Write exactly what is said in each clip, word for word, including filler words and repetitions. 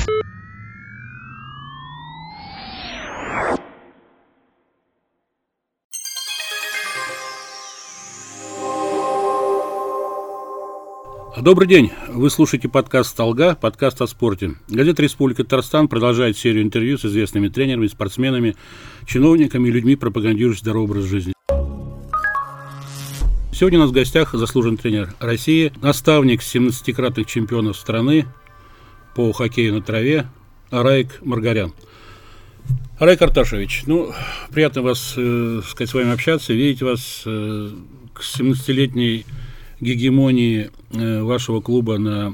Добрый день, вы слушаете подкаст «Талга», подкаст о спорте. Газета «Республика Татарстан» продолжает серию интервью с известными тренерами, спортсменами, чиновниками и людьми, пропагандирующими здоровый образ жизни. Сегодня у нас в гостях заслуженный тренер России, наставник семнадцатикратных чемпионов страны по хоккею на траве Раик Маргарян. Раик Арташевич, ну, приятно вас, э, сказать, с вами общаться, видеть вас э, к семнадцатилетней гегемонии э, вашего клуба на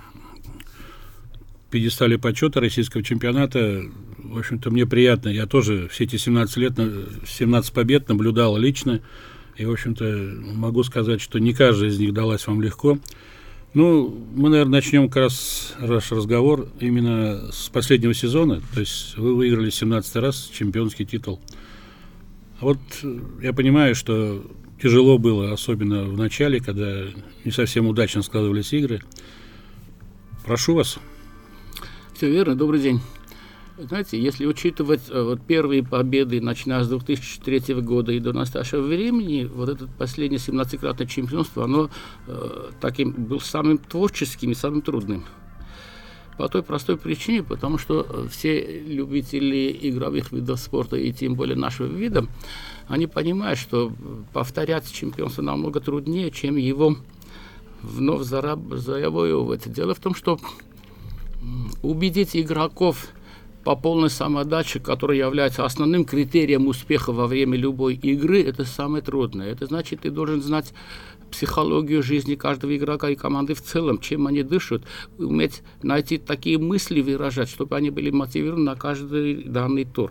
пьедестале почета российского чемпионата. В общем-то, мне приятно. Я тоже все эти семнадцать лет, семнадцать побед наблюдал лично. И, в общем-то, могу сказать, что не каждая из них далась вам легко. Ну, мы, наверное, начнем как раз наш разговор именно с последнего сезона. То есть вы выиграли семнадцатый раз чемпионский титул. А вот я понимаю, что тяжело было, особенно в начале, когда не совсем удачно складывались игры. Прошу вас. Все верно, добрый день. Знаете, если учитывать вот, первые победы, начиная с две тысячи третьего года и до настоящего времени, вот это последнее семнадцатикратное чемпионство, оно э, таким был самым творческим и самым трудным. По той простой причине, потому что все любители игровых видов спорта, и тем более нашего вида, они понимают, что повторять чемпионство намного труднее, чем его вновь завоевывать. Дело в том, что убедить игроков по полной самоотдаче, которая является основным критерием успеха во время любой игры, это самое трудное. Это значит, ты должен знать психологию жизни каждого игрока и команды в целом, чем они дышат, уметь найти такие мысли выражать, чтобы они были мотивированы на каждый данный тур.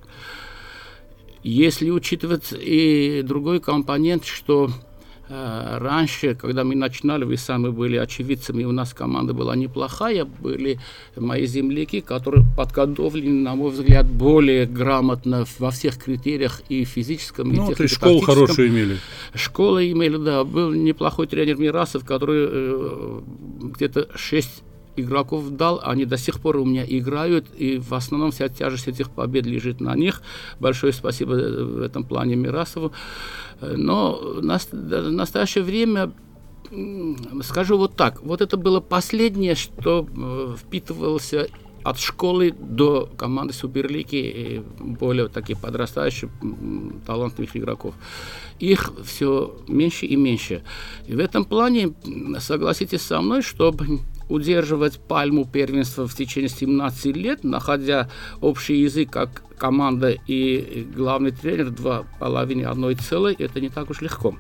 Если учитывать и другой компонент, что э, раньше, когда мы начинали, вы сами были очевидцами, у нас команда была неплохая, были мои земляки, которые подготовлены, на мой взгляд, более грамотно во всех критериях и физическом, и технико-тактическом. Ну, то есть школу хорошую имели. Школу имели, да. Был неплохой тренер Мирасов, который э, где-то шесть игроков дал, они до сих пор у меня играют, и в основном вся тяжесть этих побед лежит на них. Большое спасибо в этом плане Мирасову. Но в настоящее время, скажу вот так, вот это было последнее, что впитывался от школы до команды Суперлиги и более таких подрастающих талантливых игроков. Их все меньше и меньше. И в этом плане, согласитесь со мной, чтобы удерживать пальму первенства в течение семнадцати лет, находя общий язык как команда и главный тренер, два половины одной целой, это не так уж легко.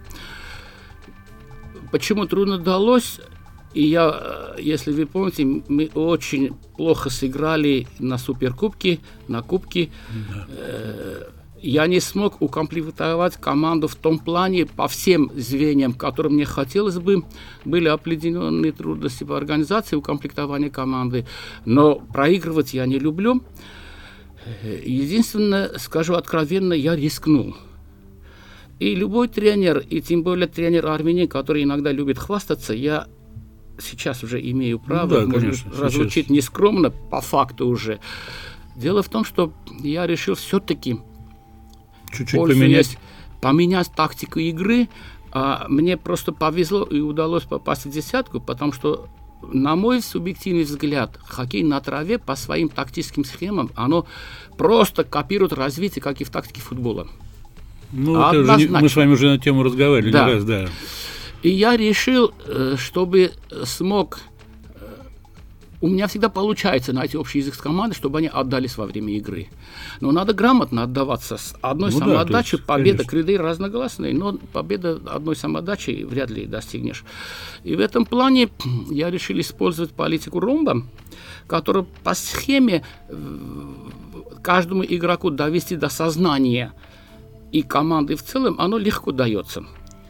Почему трудно далось? И я, если вы помните, мы очень плохо сыграли на Суперкубке, на Кубке. Да. Я не смог укомплектовать команду в том плане по всем звеньям, которым мне хотелось бы. Были определенные трудности по организации укомплектования команды, но проигрывать я не люблю. Единственное, скажу откровенно, я рискнул. И любой тренер, и тем более тренер Армении, который иногда любит хвастаться, я сейчас уже имею право, ну, да, может, конечно, разлучить нескромно, по факту уже. Дело в том, что я решил все-таки чуть-чуть поменять. поменять тактику игры. А мне просто повезло и удалось попасть в десятку, потому что, на мой субъективный взгляд, хоккей на траве по своим тактическим схемам, оно просто копирует развитие, как и в тактике футбола. Ну, это уже не, мы с вами уже на тему разговаривали, да. не раз, да. И я решил, чтобы смог... У меня всегда получается найти общий язык с командой, чтобы они отдались во время игры. Но надо грамотно отдаваться. С одной ну самоотдачей да, победа, конечно. Критерии разногласные, но победа одной самоотдачей вряд ли достигнешь. И в этом плане я решил использовать политику ромба, которая по схеме каждому игроку довести до сознания и команды в целом, оно легко дается.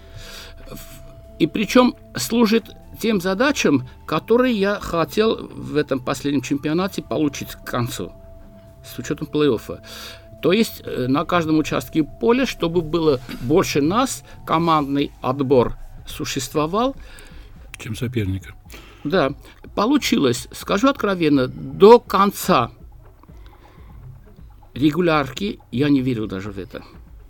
И причем служит тем задачам, которые я хотел в этом последнем чемпионате получить к концу, с учетом плей-оффа. То есть на каждом участке поля, чтобы было больше нас, командный отбор существовал. Чем соперника. Да, получилось, скажу откровенно, до конца регулярки я не верил даже в это.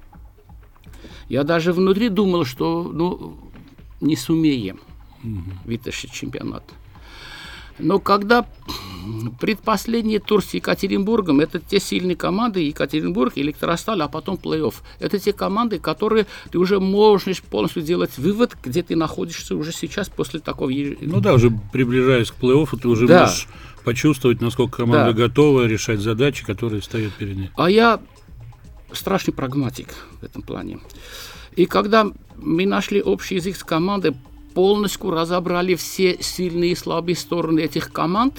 Я даже внутри думал, что ну, не сумеем угу. вытащить чемпионат. Но когда предпоследний тур с Екатеринбургом, это те сильные команды, Екатеринбург, Электросталь, а потом плей-офф. Это те команды, которые ты уже можешь полностью делать вывод, где ты находишься уже сейчас после такого... Ну да, уже приближаясь к плей-оффу, ты уже да. можешь почувствовать, насколько команда да. готова решать задачи, которые стоят перед ней. А я страшный прагматик в этом плане. И когда мы нашли общий язык с командой, полностью разобрали все сильные и слабые стороны этих команд,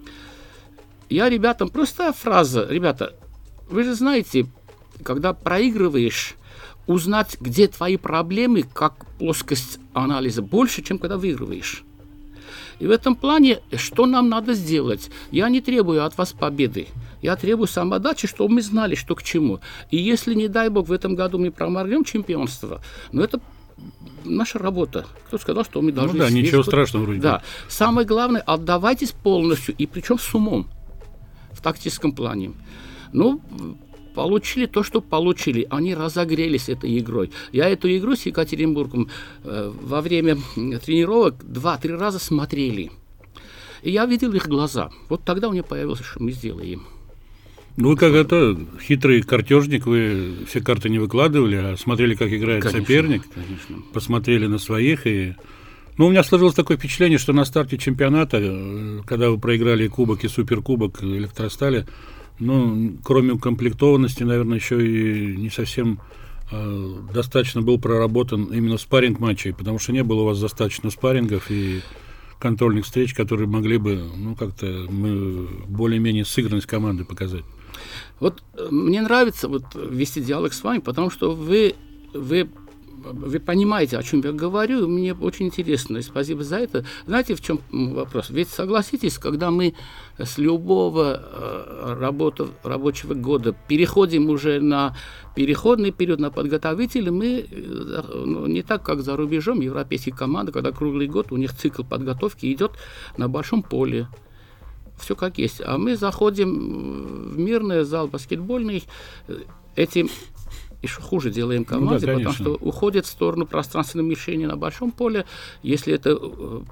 я ребятам, простая фраза, ребята, вы же знаете, когда проигрываешь, узнать, где твои проблемы, как плоскость анализа, больше, чем когда выигрываешь. И в этом плане, что нам надо сделать? Я не требую от вас победы. Я требую самоотдачи, чтобы мы знали, что к чему. И если, не дай бог, в этом году мы проморгнем чемпионство, ну это наша работа. Кто сказал, что мы должны... Ну да, ничего страшного вроде. Да. Самое главное, отдавайтесь полностью, и причем с умом, в тактическом плане. Ну, получили то, что получили. Они разогрелись этой игрой. Я эту игру с Екатеринбургом э, во время тренировок два-три раза смотрели. И я видел их глаза. Вот тогда у меня появилось, что мы сделаем. Ну, вы как это, хитрый картежник, вы все карты не выкладывали, а смотрели, как играет конечно, соперник, конечно. Посмотрели на своих. И... Ну, у меня сложилось такое впечатление, что на старте чемпионата, когда вы проиграли Кубок и Суперкубок Электростали, ну, кроме укомплектованности, наверное, еще и не совсем э, достаточно был проработан именно спарринг матчей, потому что не было у вас достаточно спаррингов и контрольных встреч, которые могли бы, ну, как-то мы более-менее сыгранность команды показать. Вот мне нравится вот вести диалог с вами, потому что вы, вы, вы понимаете, о чем я говорю, и мне очень интересно, и спасибо за это. Знаете, в чем вопрос? Ведь согласитесь, когда мы с любого э, работа, рабочего года переходим уже на переходный период, на подготовительный, мы э, ну, не так, как за рубежом, европейские команды, когда круглый год, у них цикл подготовки идет на большом поле. Все как есть. А мы заходим в мирный зал баскетбольный, этим еще хуже делаем команде, ну да, потому что уходит в сторону пространственного мишени на большом поле. Если это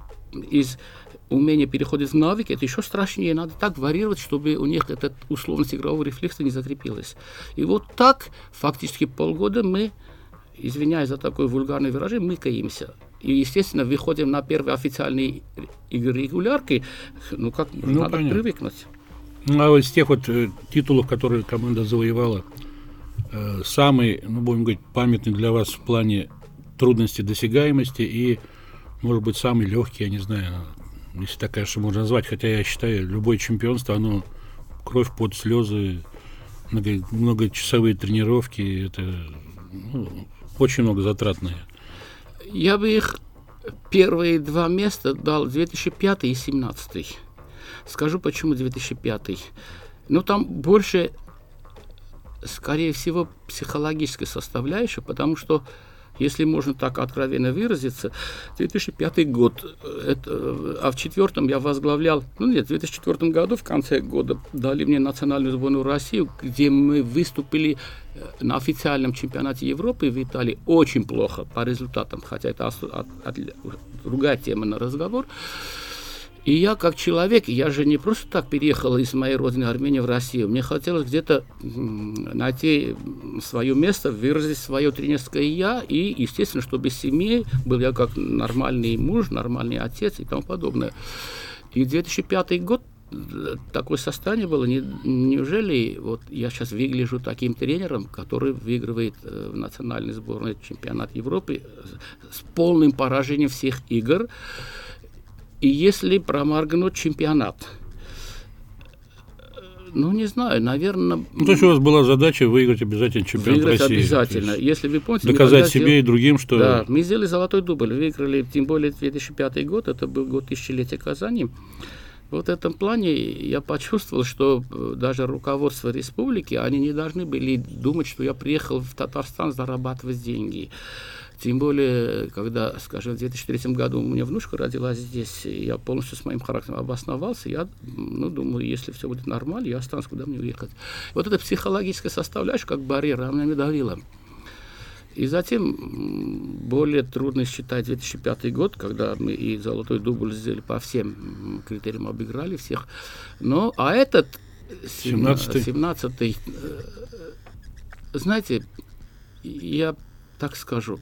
из умения переходит в навык, это еще страшнее. Надо так варьировать, чтобы у них эта условность игрового рефлекса не закрепилась. И вот так фактически полгода мы, извиняюсь за такое вульгарное выражение, мыкаемся. И, естественно, выходим на первые официальные игры регулярки, ну, как ну, надо понятно. Привыкнуть. Ну, а из тех вот э, титулов, которые команда завоевала, э, самый, ну, будем говорить, памятный для вас в плане трудности досягаемости и, может быть, самый легкий, я не знаю, если так, конечно, можно назвать, хотя я считаю, любое чемпионство, оно кровь, пот, слезы, много, многочасовые тренировки, это ну, очень много затратное. Я бы их первые два места дал две тысячи пятый и две тысячи семнадцатый. Скажу, почему две тысячи пятый. Ну, там больше, скорее всего, психологической составляющей, потому что, если можно так откровенно выразиться, две тысячи пятый год, это, а в четвертом я возглавлял, ну нет, в две тысячи четвёртом году, в конце года, дали мне национальную сборную России, где мы выступили на официальном чемпионате Европы в Италии очень плохо по результатам, хотя это от, от, от, другая тема на разговор. И я как человек, я же не просто так переехал из моей родины Армении в Россию. Мне хотелось где-то найти свое место, выразить свое тренерское «я», и, естественно, чтобы без семьи был я как нормальный муж, нормальный отец и тому подобное. И две тысячи пятый год такое состояние было. Не, неужели вот я сейчас выгляжу таким тренером, который выигрывает э, в национальной сборной чемпионат Европы с полным поражением всех игр? И если проморгнуть чемпионат, ну, не знаю, наверное... Ну, то есть у вас была задача выиграть обязательно чемпионат выиграть России. Обязательно. Если вы помните... Доказать себе сделали... и другим, что... Да, мы сделали золотой дубль, выиграли, тем более две тысячи пятый год, это был год тысячелетия Казани. Вот в этом плане я почувствовал, что даже руководство республики, они не должны были думать, что я приехал в Татарстан зарабатывать деньги. Тем более, когда, скажем, в две тысячи третьем году у меня внучка родилась здесь, я полностью с моим характером обосновался, я, ну, думаю, если все будет нормально, я останусь, куда мне уехать. Вот эта психологическая составляющая, как барьер, она меня давила. И затем более трудно считать две тысячи пятый год, когда мы и золотой дубль сделали по всем критериям, обыграли всех. Но, а этот семнадцатый, знаете, я так скажу,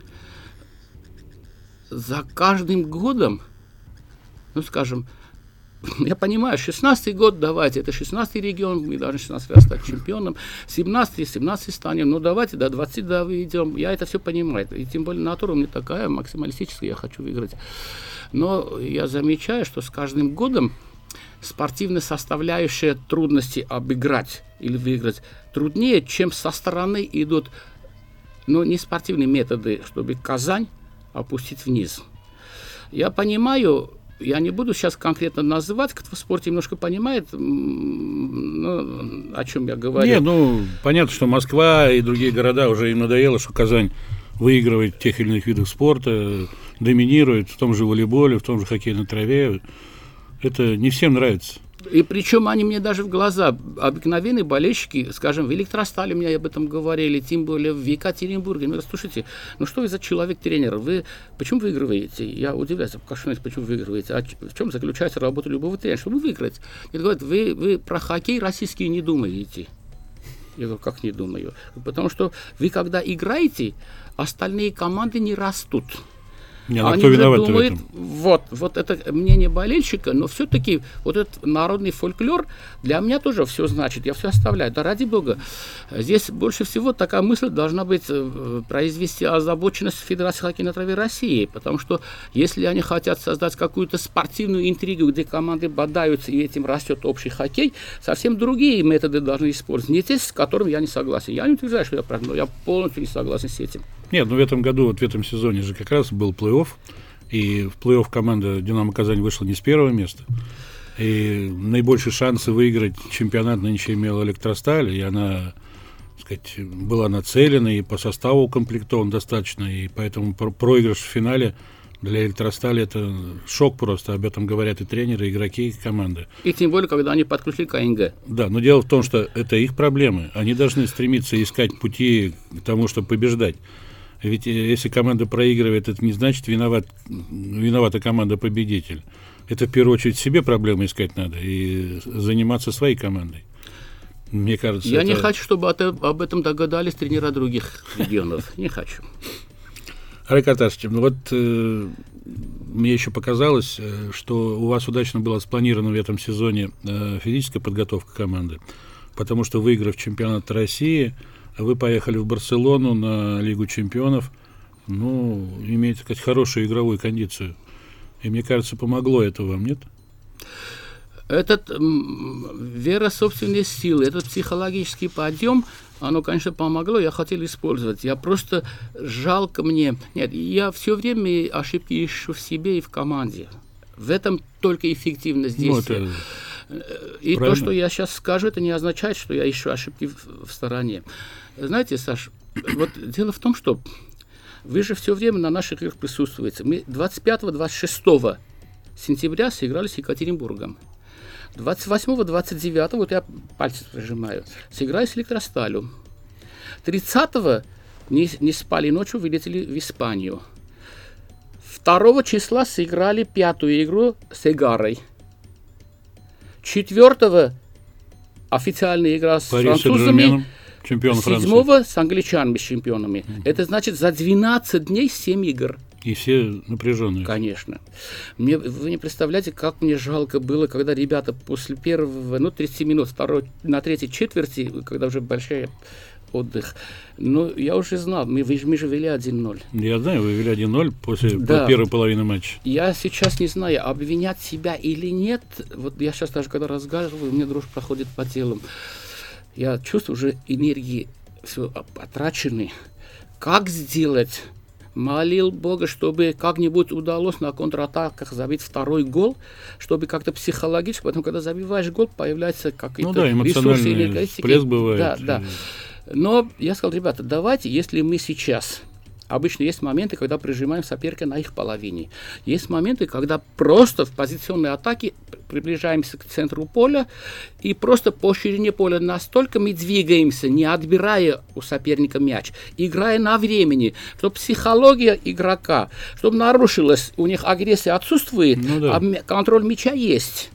за каждым годом, ну, скажем, я понимаю, шестнадцатый год, давайте, это шестнадцатый регион, мы должны шестнадцать раз стать чемпионом, семнадцатый, семнадцатый станем, ну давайте до двадцати доведем, я это все понимаю, и тем более натура у меня такая максималистическая, я хочу выиграть. Но я замечаю, что с каждым годом спортивная составляющая трудности обыграть или выиграть труднее, чем со стороны идут, ну, не спортивные методы, чтобы Казань опустить вниз. Я понимаю, я не буду сейчас конкретно называть, кто в спорте немножко понимает, ну, о чем я говорю. Не, ну, понятно, что Москва и другие города уже им надоело, что Казань выигрывает в тех или иных видах спорта, доминирует в том же волейболе, в том же хоккее на траве. Это не всем нравится. И причем они мне даже в глаза, обыкновенные болельщики, скажем, в Электростале мне об этом говорили, тем более в Екатеринбурге. Ну, слушайте, ну что вы за человек-тренер? Вы почему выигрываете? Я удивляюсь, почему выигрываете? А в чем заключается работа любого тренера? Чтобы выиграть. И говорят, вы, вы про хоккей российский не думаете. Я говорю, как не думаю? Потому что вы, когда играете, остальные команды не растут. Не, ну, они кто виноват думают, вот, вот это мнение болельщика, но все-таки вот этот народный фольклор для меня тоже все значит, я все оставляю. Да ради бога, здесь больше всего такая мысль должна быть произвести озабоченность Федерации хоккея на траве России, потому что если они хотят создать какую-то спортивную интригу, где команды бодаются и этим растет общий хоккей, совсем другие методы должны использовать, не те, с которыми я не согласен. Я не утверждаю, что я прав, но я полностью не согласен с этим. Нет, ну в этом году, вот в этом сезоне же как раз был плей-офф, и в плей-офф команда «Динамо Казань» вышла не с первого места, и наибольшие шансы выиграть чемпионат нынче имела «Электросталь», и она, так сказать, была нацелена, и по составу укомплектован достаточно, и поэтому проигрыш в финале для «Электростали» это шок просто, об этом говорят и тренеры, и игроки, и команды. И тем более, когда они подключили КНГ. Да, но дело в том, что это их проблемы, они должны стремиться искать пути к тому, чтобы побеждать. Ведь если команда проигрывает, это не значит виноват, виновата команда-победитель. Это в первую очередь себе проблемы искать надо и заниматься своей командой. Мне кажется, Я это... не хочу, чтобы об этом догадались тренера других регионов. Не хочу. Олег Арташевич, ну вот э, мне еще показалось, э, что у вас удачно была спланирована в этом сезоне э, физическая подготовка команды, потому что, выиграв чемпионат России, вы поехали в Барселону на Лигу чемпионов, ну, имеете, так сказать, хорошую игровую кондицию. И, мне кажется, помогло это вам, нет? Этот м, вера в собственные силы, этот психологический подъем, оно, конечно, помогло, я хотел использовать. Я просто, жалко мне... Нет, я все время ошибки ищу в себе и в команде. В этом только эффективность действия. Ну, это... И правильно. То, что я сейчас скажу, это не означает, что я ищу ошибки в, в стороне. Знаете, Саш, вот дело в том, что вы же все время на наших играх присутствуете. Мы двадцать пятого — двадцать шестого сентября сыграли с Екатеринбургом. двадцать восьмого — двадцать девятого, вот я пальцы прижимаю, сыграли с Электросталью. тридцатого не, не спали ночью, вылетели в Испанию. второго числа сыграли пятую игру с Эгарой. четвертого официальная игра с Париж французами. седьмого с англичанами, с чемпионами. Mm-hmm. Это значит за двенадцать дней семь игр. И все напряженные. Конечно. Мне, вы не представляете, как мне жалко было, когда ребята после первого, ну, тридцать минут, второй, на третьей четверти, когда уже большой отдых, ну, я уже знал, мы, мы же вели один ноль. Я знаю, вы вели один ноль после да. первой половины матча. Я сейчас не знаю, обвинять себя или нет. Вот я сейчас даже, когда разговариваю, у меня дрожь проходит по телу. Я чувствую уже энергии все потрачены. Как сделать? Молил Бога, чтобы как-нибудь удалось на контратаках забить второй гол, чтобы как-то психологически, потом, когда забиваешь гол, появляются какие-то ну да, эмоциональный всплеск бывает. Да, да. Но я сказал, ребята, давайте, если мы сейчас обычно есть моменты, когда прижимаем соперника на их половине. Есть моменты, когда просто в позиционной атаке приближаемся к центру поля и просто по ширине поля настолько мы двигаемся, не отбирая у соперника мяч, играя на времени, чтобы психология игрока, чтобы нарушилась, у них агрессия отсутствует, ну, да. а контроль мяча есть.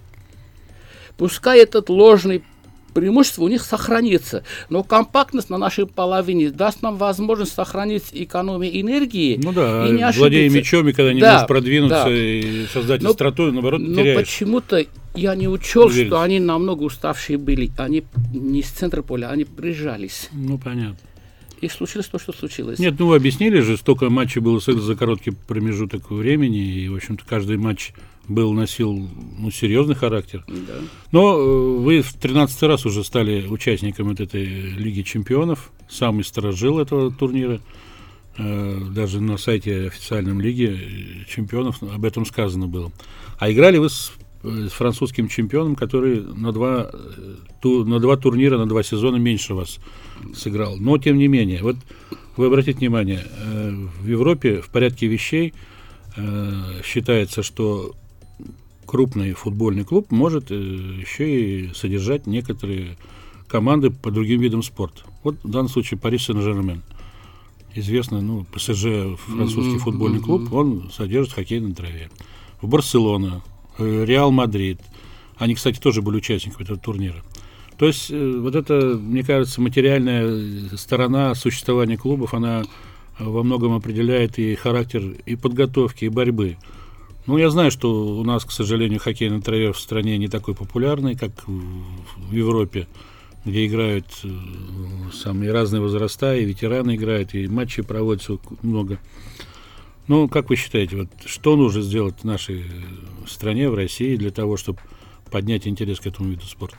Пускай этот ложный преимущество у них сохранится, но компактность на нашей половине даст нам возможность сохранить экономию энергии. Ну да, и не владея мячом, и когда не да, можешь продвинуться да. и создать но, остроту, наоборот, но теряешь. Но почему-то я не учел, Уверен. что они намного уставшие были. Они не с центра поля, они прижались. Ну, понятно. И случилось то, что случилось. Нет, ну вы объяснили же, столько матчей было за короткий промежуток времени, и, в общем-то, каждый матч был, носил ну, серьезный характер. Да. Но э, вы в тринадцатый раз уже стали участником вот этой Лиги чемпионов, самый сторожил этого турнира. Э, даже на сайте официальном Лиги чемпионов об этом сказано было. А играли вы с, с французским чемпионом, который на два, ту, на два турнира, на два сезона меньше вас сыграл. Но, тем не менее, вот вы обратите внимание, э, в Европе в порядке вещей э, считается, что крупный футбольный клуб может э, еще и содержать некоторые команды по другим видам спорта. Вот в данном случае Пари Сен-Жермен. Известно, ну, ПСЖ, французский mm-hmm, футбольный mm-hmm. клуб, он содержит хоккей на траве. В Барселона, э, Реал Мадрид. Они, кстати, тоже были участниками этого турнира. То есть э, вот эта, мне кажется, материальная сторона существования клубов, она во многом определяет и характер и подготовки, и борьбы. Ну, я знаю, что у нас, к сожалению, хоккей на траве в стране не такой популярный, как в Европе, где играют самые разные возраста, и ветераны играют, и матчи проводятся много. Ну, как вы считаете, вот что нужно сделать в нашей стране, в России, для того, чтобы поднять интерес к этому виду спорта?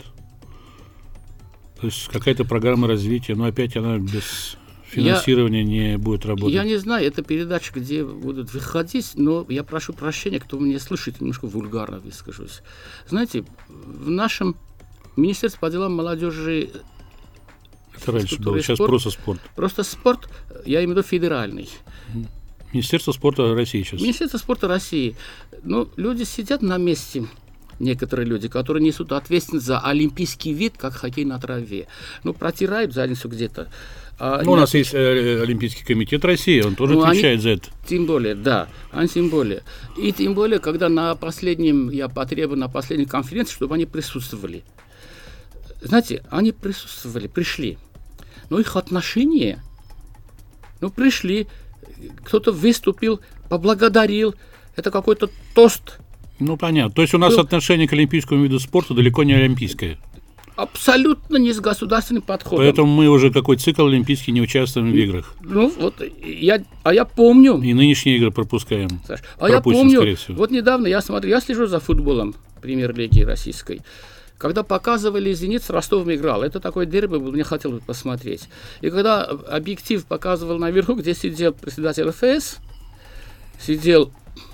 То есть какая-то программа развития, но опять она без... Финансирование я, не будет работать. Я не знаю, это передача, где будут выходить, но я прошу прощения, кто меня слышит, немножко вульгарно выскажусь. Знаете, в нашем Министерстве по делам молодежи... Это раньше было, сейчас спорт, просто спорт. Просто спорт, я имею в виду федеральный. Министерство спорта России сейчас. Министерство спорта России. Ну, люди сидят на месте, некоторые люди, которые несут ответственность за олимпийский вид, как хоккей на траве. Ну, протирают задницу где-то. А ну, у нас есть э, Олимпийский комитет России, он тоже ну, отвечает они, за это. Тем более, да, они тем более. И тем более, когда на последнем, я потребую на последней конференции, чтобы они присутствовали. Знаете, они присутствовали, пришли. Но их отношение, ну, пришли, кто-то выступил, поблагодарил, это какой-то тост. Ну, понятно. То есть у нас ну, отношение к олимпийскому виду спорта далеко не олимпийское. Абсолютно не с государственным подходом. Поэтому мы уже какой цикл олимпийский не участвуем в играх. Ну, вот, я, а я помню... И нынешние игры пропускаем. Саш, а я помню, вот недавно я смотрю, я слежу за футболом премьер-лиги российской. Когда показывали «Зенит» с Ростовом играл, это такой дерби был, мне хотелось посмотреть. И когда объектив показывал наверху, где сидел председатель РФС, сидел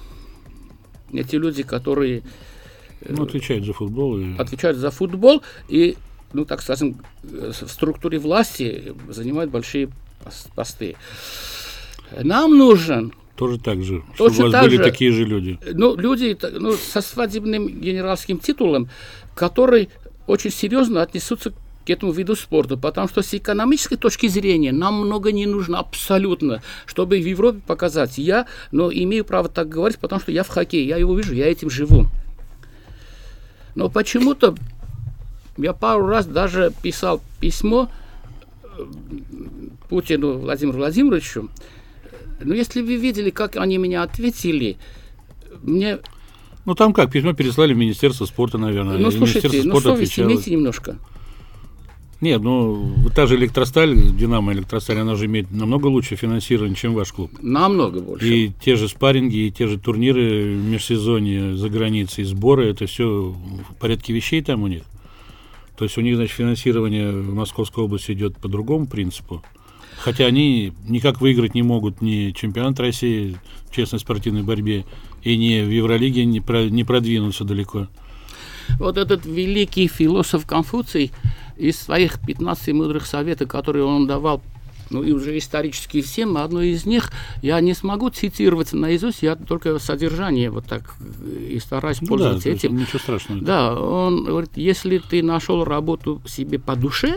эти люди, которые... Ну, отвечают за футбол. И... Отвечают за футбол и, ну, так скажем, в структуре власти занимают большие посты. Нам нужен... Тоже так же, чтобы у вас так были же, такие же люди. Ну, люди ну, со свадебным генеральским титулом, которые очень серьезно отнесутся к этому виду спорта, потому что с экономической точки зрения нам много не нужно абсолютно, чтобы в Европе показать. Я, но имею право так говорить, потому что я в хоккее, я его вижу, я этим живу. Но почему-то я пару раз даже писал письмо Путину Владимиру Владимировичу. Но если вы видели, как они меня ответили, мне... Ну, там как, письмо переслали в Министерство спорта, наверное. Ну, слушайте, ну, совесть имейте немножко. Нет, ну, та же Электросталь, Динамо Электросталь, она же имеет намного лучшее финансирование, чем ваш клуб. Намного больше. И те же спарринги, и те же турниры межсезонье за границей, сборы, это все в порядке вещей там у них. То есть у них, значит, финансирование в Московской области идет по другому принципу. Хотя они никак выиграть не могут ни чемпионат России в честной спортивной борьбе, и ни в Евролиге не, про, не продвинуться далеко. Вот этот великий философ Конфуций из своих пятнадцати мудрых советов, которые он давал ну и уже исторические все, одно из них я не смогу цитировать наизусть, я только содержание вот так и стараюсь ну пользоваться да, этим. Ничего страшного. Да, он говорит, если ты нашел работу себе по душе,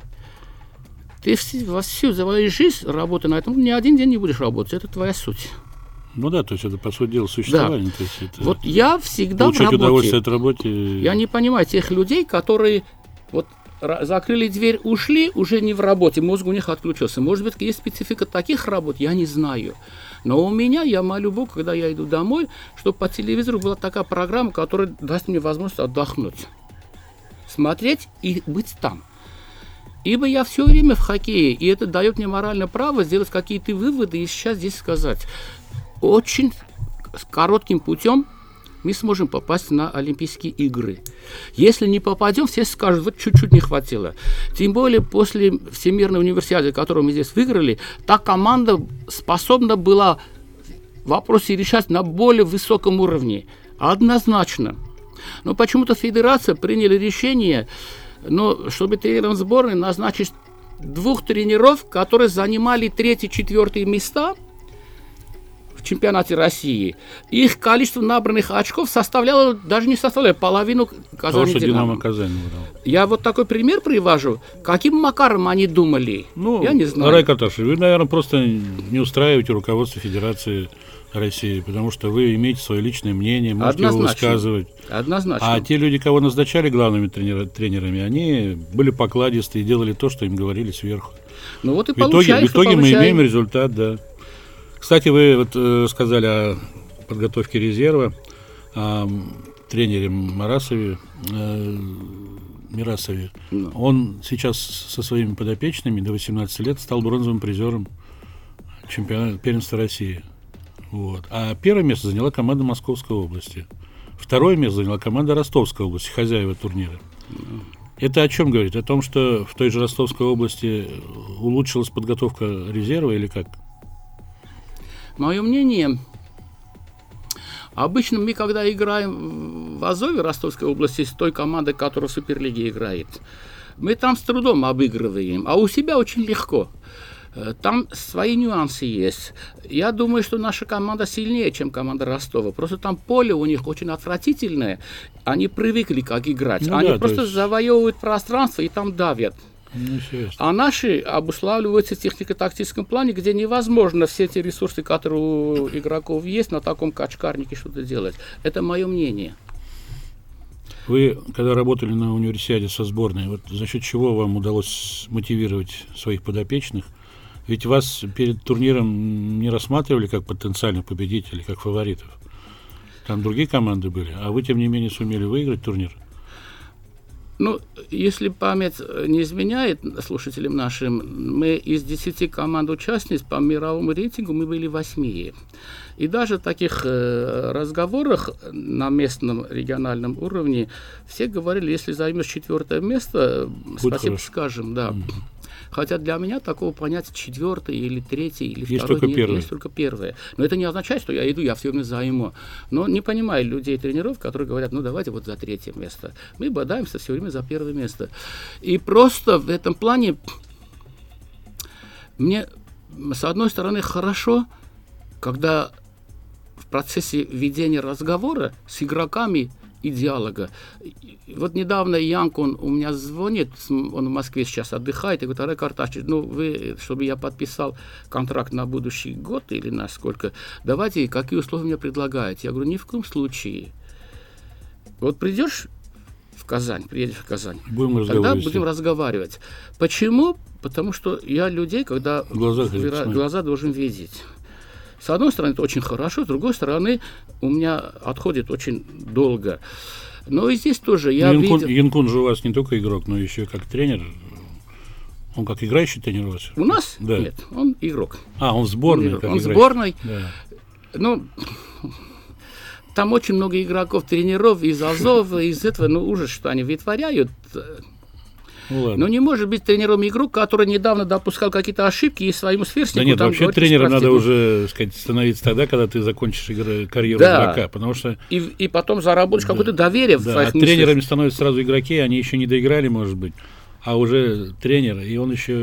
ты во всю свою жизнь работая на этом, ни один день не будешь работать, это твоя суть. Ну да, то есть это, по сути дела, существование. Да. То есть это вот я всегда получать в работе. удовольствие от работы. Я не понимаю тех людей, которые вот закрыли дверь, ушли, уже не в работе, мозг у них отключился. Может быть, есть специфика таких работ, я не знаю. Но у меня, я молю Бога, когда я иду домой, чтобы по телевизору была такая программа, которая даст мне возможность отдохнуть. Смотреть и быть там. Ибо я все время в хоккее, и это дает мне моральное право сделать какие-то выводы и сейчас здесь сказать. Очень коротким путем мы сможем попасть на Олимпийские игры. Если не попадем, все скажут, вот чуть-чуть не хватило. Тем более после Всемирной универсиады, которую мы здесь выиграли, та команда способна была вопросы решать на более высоком уровне. Однозначно. Но почему-то федерация приняла решение, но чтобы тренером сборной назначить двух тренеров, которые занимали третье-четвертые места в чемпионате России. Их количество набранных очков составляло, даже не составляло, половину Казани Динамо. Динамо. Казань, Я вот такой пример привожу. Каким макаром они думали? Ну, я не знаю. Рай Карташев, вы, наверное, просто не устраиваете руководство Федерации России, потому что вы имеете свое личное мнение, можете его высказывать. Однозначно. А те люди, кого назначали главными тренер, тренерами, они были покладисты и делали то, что им говорили сверху. Ну вот и в итоге, в итоге мы имеем результат, да. Кстати, вы вот, э, сказали о подготовке резерва, о тренере Марасове, э, Мирасове. No. Он сейчас со своими подопечными до восемнадцати лет стал бронзовым призером чемпионата первенства России. Вот. А первое место заняла команда Московской области. Второе место заняла команда Ростовской области, хозяева турнира. No. Это о чем говорит? О том, что в той же Ростовской области улучшилась подготовка резерва или как? Мое мнение, обычно мы, когда играем в Азове Ростовской области с той командой, которая в Суперлиге играет, мы там с трудом обыгрываем, а у себя очень легко. Там свои нюансы есть. Я думаю, что наша команда сильнее, чем команда Ростова. Просто там поле у них очень отвратительное. Они привыкли как играть. Ну, Они да, просто есть... завоевывают пространство и там давят. Ну, а наши обуславливаются в технико-тактическом плане, где невозможно все эти ресурсы, которые у игроков есть, на таком качкарнике что-то делать. Это мое мнение. Вы, когда работали на универсиаде со сборной, вот за счет чего вам удалось мотивировать своих подопечных? Ведь вас перед турниром не рассматривали как потенциальных победителей, как фаворитов. Там другие команды были, а вы, тем не менее, сумели выиграть турнир. Ну, если память не изменяет слушателям нашим, мы из десяти команд-участниц по мировому рейтингу мы были восьмые. И даже в таких э, разговорах на местном региональном уровне все говорили, если займешь четвертое место, Будь спасибо хорошо. Скажем, да. Mm-hmm. Хотя для меня такого понятия четвертое или третье или есть второе только нет, первое. Есть только первое. Но это не означает, что я иду, я все время займу. Но не понимаю людей, тренеров, которые говорят, ну давайте вот за третье место. Мы бодаемся все время за первое место. И просто в этом плане мне, с одной стороны, хорошо, когда в процессе ведения разговора с игроками и диалога. Вот недавно Янк, он у меня звонит, он в Москве сейчас отдыхает, и говорит, Рай Карташевич, ну вы, чтобы я подписал контракт на будущий год или на сколько, давайте, какие условия мне предлагаете? Я говорю, ни в коем случае. Вот придешь в Казань, приедешь в Казань, будем тогда будем разговаривать. Почему? Потому что я людей, когда в глаза, в глаза должен видеть. С одной стороны, это очень хорошо, с другой стороны, у меня отходит очень долго. Но и здесь тоже я Янкун, видел... Янкун же у вас не только игрок, но еще как тренер. Он как играющий тренер у вас? У нас? Да. Нет, он игрок. А, он в сборной? Он, он в сборной. Да. Ну, там очень много игроков, тренеров из Азова, из этого, ну, ужас, что они вытворяют. Ну, но не может быть тренером игрок, который недавно допускал какие-то ошибки и своему сверстнику... Да нет, там вообще тренером надо уже, сказать, становиться тогда, когда ты закончишь игры, карьеру да. игрока, потому что... И, и потом заработаешь да. какое-то доверие да. в своих а мыслях. Тренерами становятся сразу игроки, они еще не доиграли, может быть, а уже тренер, и он еще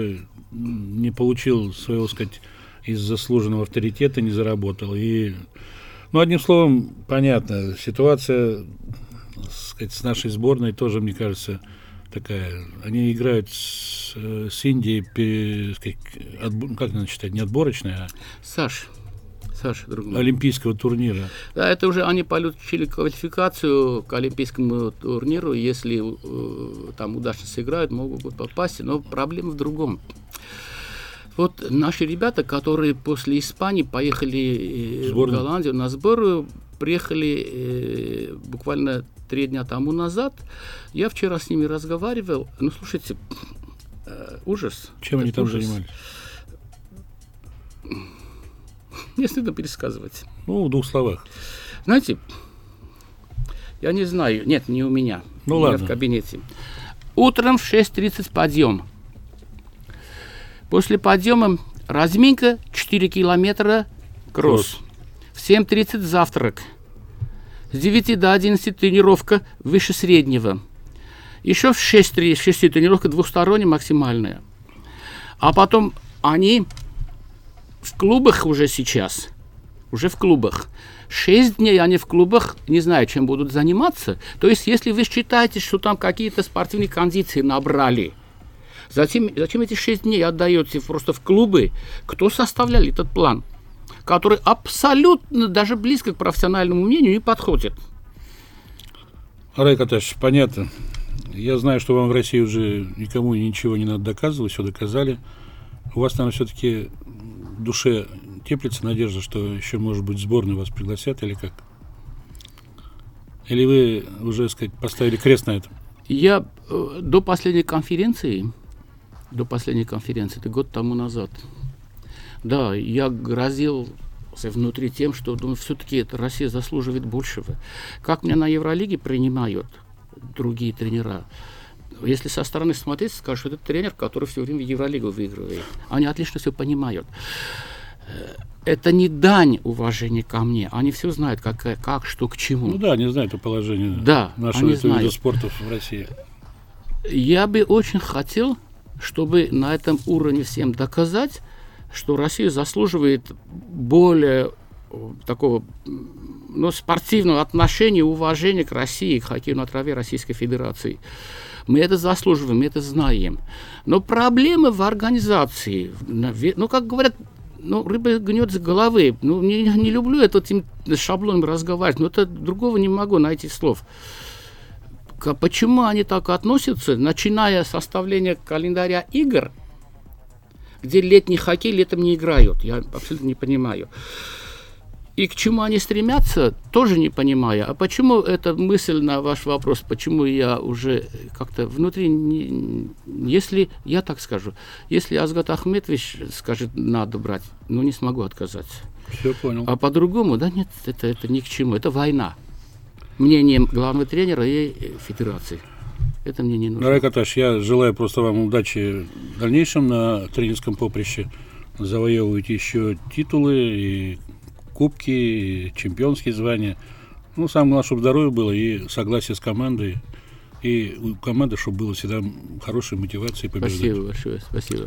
не получил своего, сказать, из заслуженного авторитета, не заработал. И, ну, одним словом, понятно, ситуация, сказать, с нашей сборной тоже, мне кажется, такая. Они играют с, с Индией, сказать, отбор, как надо считать, не отборочная, а Саш, Саша, друг мой. Олимпийского турнира. Да, это уже они получили квалификацию к Олимпийскому турниру. Если э, там удачно сыграют, могут попасть. Но проблема в другом. Вот наши ребята, которые после Испании поехали э, в Голландию на сбор, приехали э, буквально три дня тому назад. Я вчера с ними разговаривал. Ну, слушайте, э, ужас. Чем они там ужас. занимались? Мне стыдно пересказывать. Ну, в двух словах. Знаете, я не знаю, нет, не у меня. Ну, у ладно. меня в кабинете. Утром в шесть тридцать подъем. После подъема разминка четыре километра кросс. кросс. В семь тридцать завтрак. С девяти до одиннадцати тренировка выше среднего. Еще в шесть тренировка двухсторонняя максимальная. А потом они в клубах уже сейчас, уже в клубах. Шесть дней они в клубах, не знаю, чем будут заниматься. То есть, если вы считаете, что там какие-то спортивные кондиции набрали, зачем, зачем эти шесть дней отдаете просто в клубы? Кто составлял этот план, который абсолютно, даже близко к профессиональному мнению не подходит? Арайк Аташ, понятно. Я знаю, что вам в России уже никому ничего не надо доказывать, все доказали. У вас, наверное, все-таки в душе теплится надежда, что еще, может быть, сборную вас пригласят или как? Или вы уже, так сказать, поставили крест на этом? Я э, до последней конференции, до последней конференции, это год тому назад, да, я грозил внутри тем, что, думаю, все-таки Россия заслуживает большего. Как меня на Евролиге принимают другие тренера, если со стороны смотреть, скажут, что это тренер, который все время Евролигу выигрывает. Они отлично все понимают. Это не дань уважения ко мне. Они все знают, как, как что, к чему. Ну да, они знают о положении да, нашего вида спорта в России. Я бы очень хотел, чтобы на этом уровне всем доказать, что Россия заслуживает более такого, ну, спортивного отношения, уважения к России, к хоккею на траве Российской Федерации. Мы это заслуживаем, мы это знаем. Но проблемы в организации. Ну, как говорят, ну, рыба гнет с головы. Ну, не, не люблю этот шаблоном разговаривать, но это другого не могу найти слов. Почему они так относятся, начиная с составления календаря игр, где летний хоккей летом не играют? Я абсолютно не понимаю. И к чему они стремятся, тоже не понимаю. А почему эта мысль на ваш вопрос, почему я уже как-то внутри, не, если, я так скажу, если Азгат Ахметович скажет, надо брать, ну, не смогу отказать. Все понял. А по-другому, да нет, это, это ни к чему, это война. Мнением главного тренера и федерации. Это мне не нужно. Арайк Аташ, я желаю просто вам удачи в дальнейшем на тренерском поприще. Завоевывайте еще титулы и кубки, и чемпионские звания. Ну, самое главное, чтобы здоровье было и согласие с командой. И у команды, чтобы было всегда хорошая мотивация и побеждать. Спасибо большое, спасибо.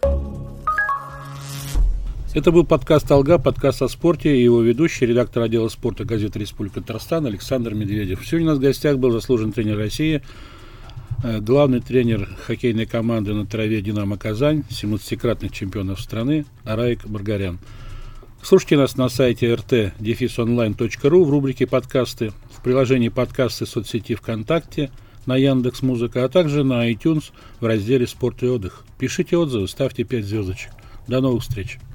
Это был подкаст «Алга», подкаст о спорте, и его ведущий, редактор отдела спорта газеты «Республика Татарстан» Александр Медведев. Сегодня у нас в гостях был заслуженный тренер России, главный тренер хоккейной команды на траве «Динамо Казань», семнадцатикратных чемпионов страны Арайк Маргарян. Слушайте нас на сайте эр тэ дефис онлайн точка ру в рубрике «Подкасты», в приложении «Подкасты» соцсети ВКонтакте, на Яндекс.Музыка, а также на iTunes в разделе «Спорт и отдых». Пишите отзывы, ставьте пять звездочек. До новых встреч!